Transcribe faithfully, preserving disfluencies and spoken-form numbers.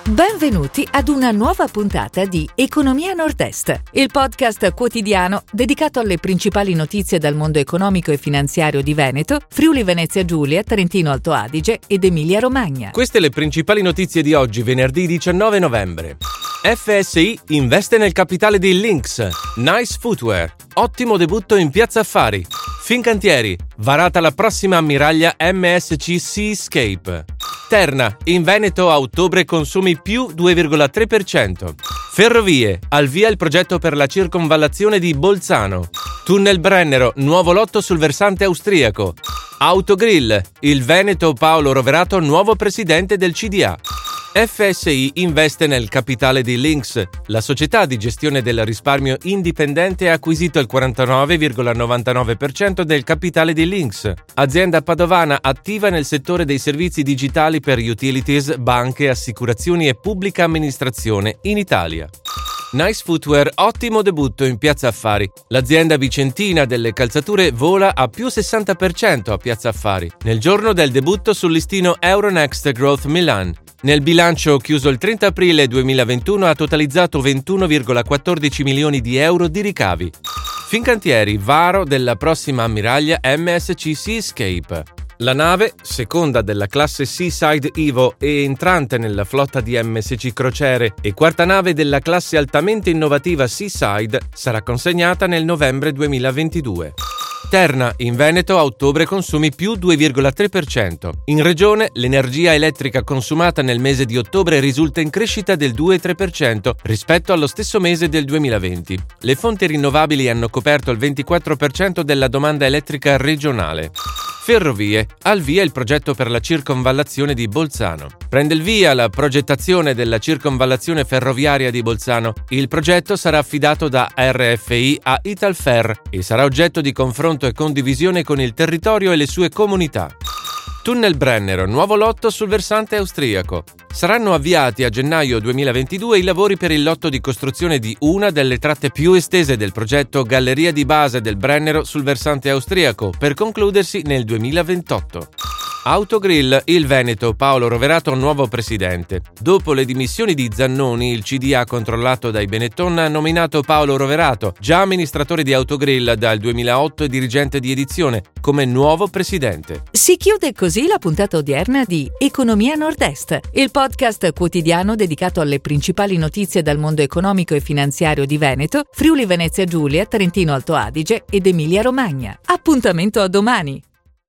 Benvenuti ad una nuova puntata di Economia Nord-Est, il podcast quotidiano dedicato alle principali notizie dal mondo economico e finanziario di Veneto, Friuli Venezia Giulia, Trentino Alto Adige ed Emilia Romagna. Queste le principali notizie di oggi, venerdì diciannove novembre. F S I investe nel capitale di Lynx. Nice Footwear. Ottimo debutto in Piazza Affari. Fincantieri. Varata la prossima ammiraglia M S C Seascape. Terna. In Veneto a ottobre consumi più due virgola tre per cento. Ferrovie. Al via il progetto per la circonvallazione di Bolzano. Tunnel Brennero. Nuovo lotto sul versante austriaco. Autogrill. Il Veneto Paolo Roverato nuovo presidente del C D A. F S I investe nel capitale di Lynx. La società di gestione del risparmio indipendente ha acquisito il quarantanove virgola novantanove per cento del capitale di Lynx, azienda padovana attiva nel settore dei servizi digitali per utilities, banche, assicurazioni e pubblica amministrazione in Italia. Nice Footwear, ottimo debutto in Piazza Affari. L'azienda vicentina delle calzature vola a più sessanta per cento a Piazza Affari, nel giorno del debutto sul listino Euronext Growth Milan. Nel bilancio chiuso il trenta aprile duemilaventuno ha totalizzato ventuno virgola quattordici milioni di euro di ricavi. Fincantieri, varo della prossima ammiraglia M S C Seascape. La nave, seconda della classe Seaside Evo e entrante nella flotta di M S C Crociere e quarta nave della classe altamente innovativa Seaside, sarà consegnata nel novembre duemilaventidue. Terna, in Veneto a ottobre consumi più due virgola tre per cento. In regione l'energia elettrica consumata nel mese di ottobre risulta in crescita del due virgola tre per cento rispetto allo stesso mese del duemilaventi. Le fonti rinnovabili hanno coperto il ventiquattro per cento della domanda elettrica regionale. Ferrovie, al via il progetto per la circonvallazione di Bolzano. Prende il via la progettazione della circonvallazione ferroviaria di Bolzano. Il progetto sarà affidato da R F I a Italfer e sarà oggetto di confronto e condivisione con il territorio e le sue comunità. Tunnel Brennero, nuovo lotto sul versante austriaco. Saranno avviati a gennaio duemilaventidue i lavori per il lotto di costruzione di una delle tratte più estese del progetto Galleria di base del Brennero sul versante austriaco, per concludersi nel duemilaventotto. Autogrill, il Veneto Paolo Roverato nuovo presidente. Dopo le dimissioni di Zannoni, il C D A controllato dai Benetton ha nominato Paolo Roverato, già amministratore di Autogrill dal duemilaotto e dirigente di edizione, come nuovo presidente. Si chiude così la puntata odierna di Economia Nord-Est, il podcast quotidiano dedicato alle principali notizie dal mondo economico e finanziario di Veneto, Friuli Venezia Giulia, Trentino Alto Adige ed Emilia Romagna. Appuntamento a domani!